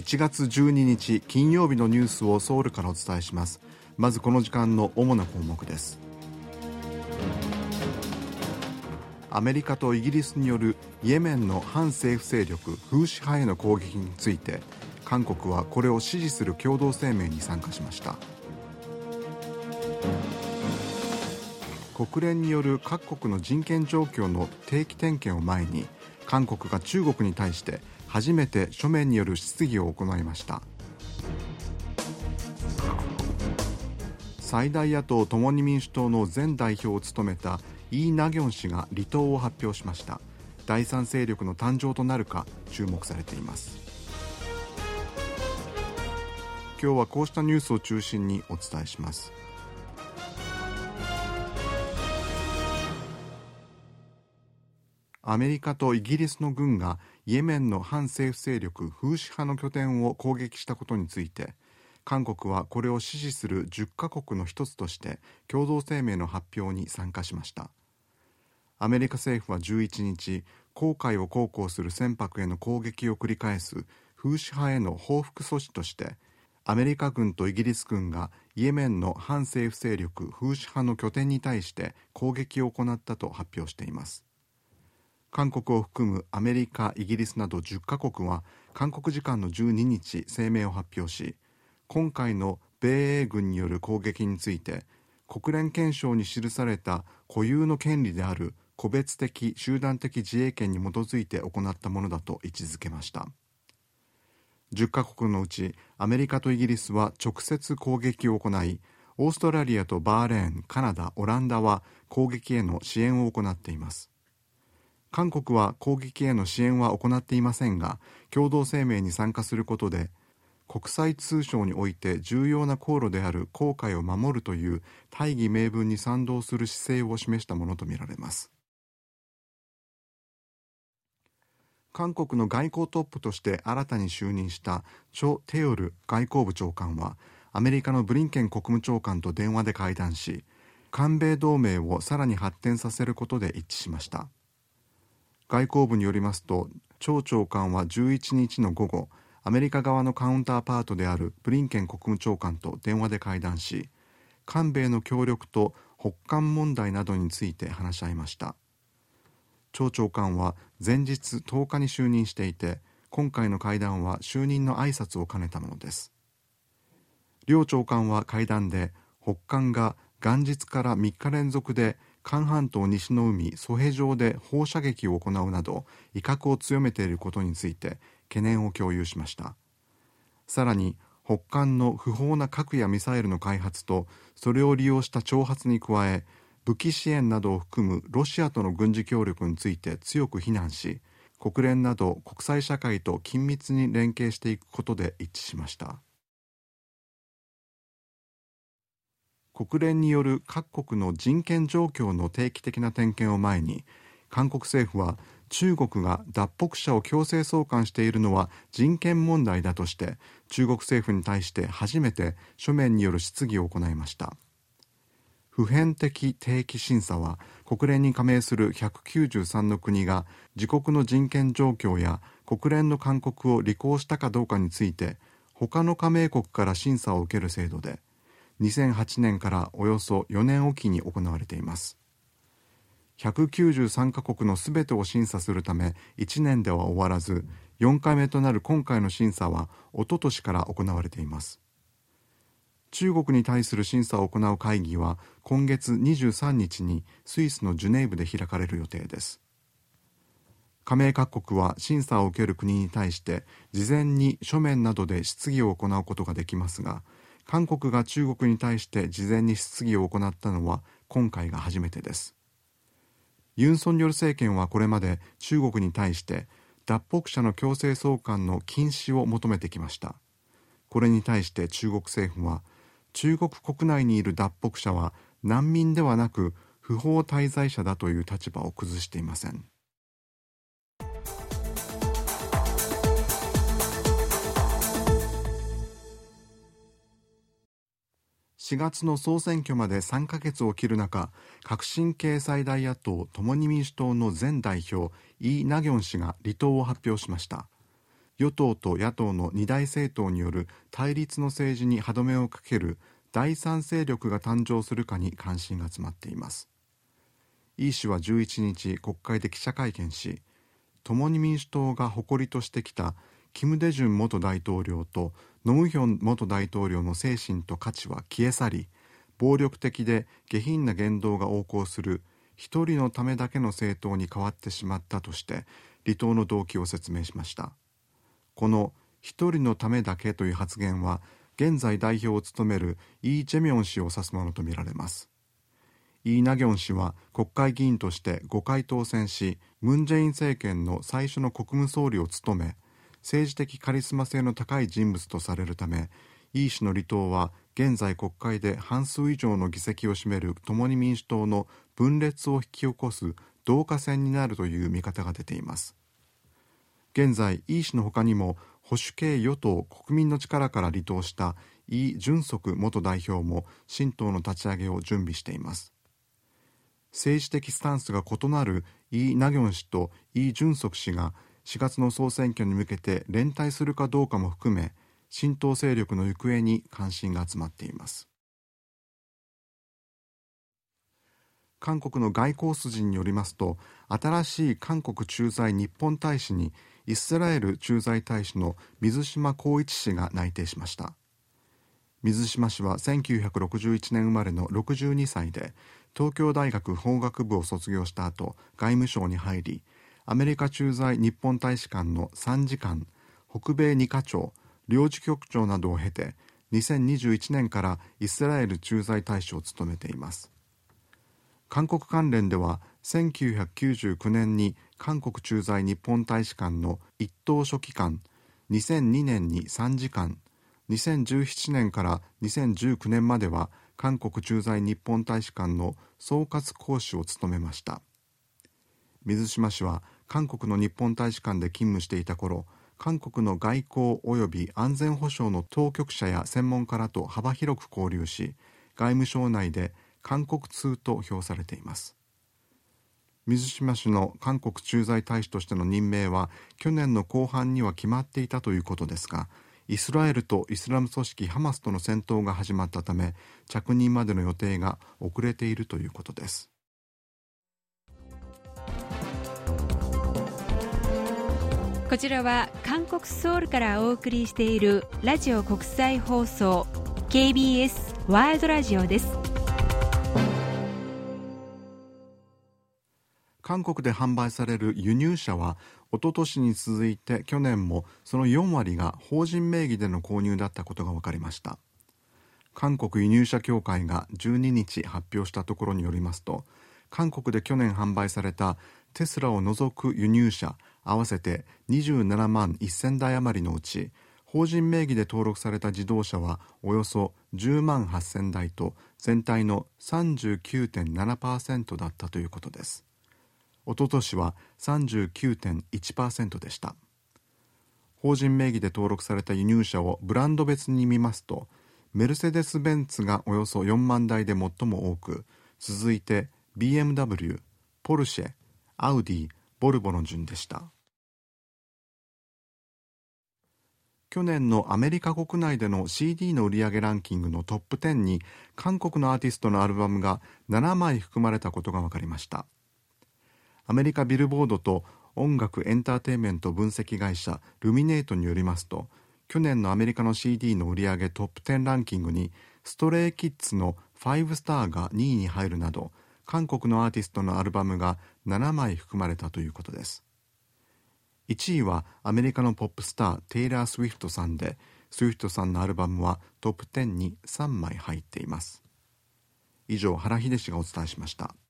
7月12日金曜日のニュースをソウルからお伝えします。まずこの時間の主な項目です。アメリカとイギリスによるイエメンの反政府勢力フーシ派への攻撃について、韓国はこれを支持する共同声明に参加しました。国連による各国の人権状況の定期点検を前に、韓国が中国に対して初めて書面による質疑を行いました。最大野党共に民主党の前代表を務めたイ・ナギョン氏が離党を発表しました。第三勢力の誕生となるか注目されています。今日はこうしたニュースを中心にお伝えします。アメリカとイギリスの軍がイエメンの反政府勢力フーシ派の拠点を攻撃したことについて、韓国はこれを支持する10カ国の一つとして共同声明の発表に参加しました。アメリカ政府は11日、黄海を航行する船舶への攻撃を繰り返すフーシ派への報復措置として、アメリカ軍とイギリス軍がイエメンの反政府勢力フーシ派の拠点に対して攻撃を行ったと発表しています。韓国を含むアメリカ、イギリスなど10カ国は韓国時間の12日声明を発表し、今回の米英軍による攻撃について、国連憲章に記された固有の権利である個別的集団的自衛権に基づいて行ったものだと位置づけました。10カ国のうちアメリカとイギリスは直接攻撃を行い、オーストラリアとバーレーン、カナダ、オランダは攻撃への支援を行っています。韓国は攻撃への支援は行っていませんが、共同声明に参加することで国際通商において重要な航路である黄海を守るという大義名分に賛同する姿勢を示したものとみられます。韓国の外交トップとして新たに就任したチョ・テヨル外交部長官は、アメリカのブリンケン国務長官と電話で会談し、韓米同盟をさらに発展させることで一致しました。外交部によりますと、チョ長官は11日の午後、アメリカ側のカウンターパートであるブリンケン国務長官と電話で会談し、韓米の協力と北韓問題などについて話し合いました。チョ長官は前日10日に就任していて、今回の会談は就任の挨拶を兼ねたものです。両長官は会談で、北韓が元日から3日連続で韓半島西の海ソヘ上で放射撃を行うなど威嚇を強めていることについて懸念を共有しました。さらに北韓の不法な核やミサイルの開発とそれを利用した挑発に加え、武器支援などを含むロシアとの軍事協力について強く非難し、国連など国際社会と緊密に連携していくことで一致しました。国連による各国の人権状況の定期的な点検を前に、韓国政府は中国が脱北者を強制送還しているのは人権問題だとして、中国政府に対して初めて書面による質疑を行いました。普遍的定期審査は、国連に加盟する193の国が自国の人権状況や国連の勧告を履行したかどうかについて他の加盟国から審査を受ける制度で、2008年からおよそ4年おきに行われています。193カ国のすべてを審査するため1年では終わらず、4回目となる今回の審査は一昨年から行われています。中国に対する審査を行う会議は今月23日にスイスのジュネーブで開かれる予定です。加盟各国は審査を受ける国に対して事前に書面などで質疑を行うことができますが、韓国が中国に対して事前に質疑を行ったのは今回が初めてです。ユン・ソンニョル政権はこれまで中国に対して脱北者の強制送還の禁止を求めてきました。これに対して中国政府は、中国国内にいる脱北者は難民ではなく不法滞在者だという立場を崩していません。4月の総選挙まで3ヶ月を切る中、革新系最大野党共に民主党の前代表イ・ナギョン氏が離党を発表しました。 与党と野党の二大政党による対立の政治に歯止めをかける第三勢力が誕生するかに関心が集まっています。イ氏は11日国会で記者会見し、共に民主党が誇りとしてきたキム・デジュン元大統領とノ・ムヒョン元大統領の精神と価値は消え去り、暴力的で下品な言動が横行する一人のためだけの政党に変わってしまったとして離党の動機を説明しました。この一人のためだけという発言は現在代表を務めるイ・ジェミョン氏を指すものとみられます。イ・ナギョン氏は国会議員として5回当選し、ムン・ジェイン政権の最初の国務総理を務め、政治的カリスマ性の高い人物とされるため、イ氏の離党は現在国会で半数以上の議席を占める共に民主党の分裂を引き起こす導火線になるという見方が出ています。現在イ氏の他にも保守系与党国民の力から離党したイ・ジュンソク元代表も新党の立ち上げを準備しています。政治的スタンスが異なるイ・ナギョン氏とイ・ジュンソク氏が4月の総選挙に向けて連帯するかどうかも含め、新党勢力の行方に関心が集まっています。韓国の外交筋によりますと、新しい韓国駐在日本大使にイスラエル駐在大使の水島光一氏が内定しました。水島氏は1961年生まれの62歳で、東京大学法学部を卒業した後、外務省に入り、アメリカ駐在日本大使館の参事官、北米2課長、領事局長などを経て、2021年からイスラエル駐在大使を務めています。韓国関連では、1999年に韓国駐在日本大使館の一等書記官、2002年に参事官、2017年から2019年までは韓国駐在日本大使館の総括公使を務めました。水島氏は韓国の日本大使館で勤務していた頃、韓国の外交及び安全保障の当局者や専門家らと幅広く交流し、外務省内で韓国通と評されています。水島氏の韓国駐在大使としての任命は去年の後半には決まっていたということですが、イスラエルとイスラム組織ハマスとの戦闘が始まったため、着任までの予定が遅れているということです。 こちらは韓国ソウルからお送りしているラジオ国際放送 KBS ワールドラジオです。 韓国で販売される輸入車は一昨年に続いて去年もその4割が法人名義での購入だったことが分かりました。韓国輸入車協会が12日発表したところによりますと、韓国で去年販売されたテスラを除く輸入車合わせて27万1000台余りのうち、法人名義で登録された自動車はおよそ10万8000台と全体の 39.7% だったということです。おととしは 39.1% でした。法人名義で登録された輸入車をブランド別に見ますと、メルセデス・ベンツがおよそ4万台で最も多く、続いて BMW、ポルシェ、アウディ、ボルボの順でした。去年のアメリカ国内での CD の売上ランキングのトップ10に韓国のアーティストのアルバムが7枚含まれたことが分かりました。アメリカビルボードと音楽エンターテインメント分析会社ルミネートによりますと、去年のアメリカの CD の売上トップ10ランキングにストレイキッズの5スターが2位に入るなど、韓国のアーティストのアルバムが7枚含まれたということです。1位はアメリカのポップスターテイラー・スウィフトさんで、スウィフトさんのアルバムはトップ10に3枚入っています。以上、原秀氏がお伝えしました。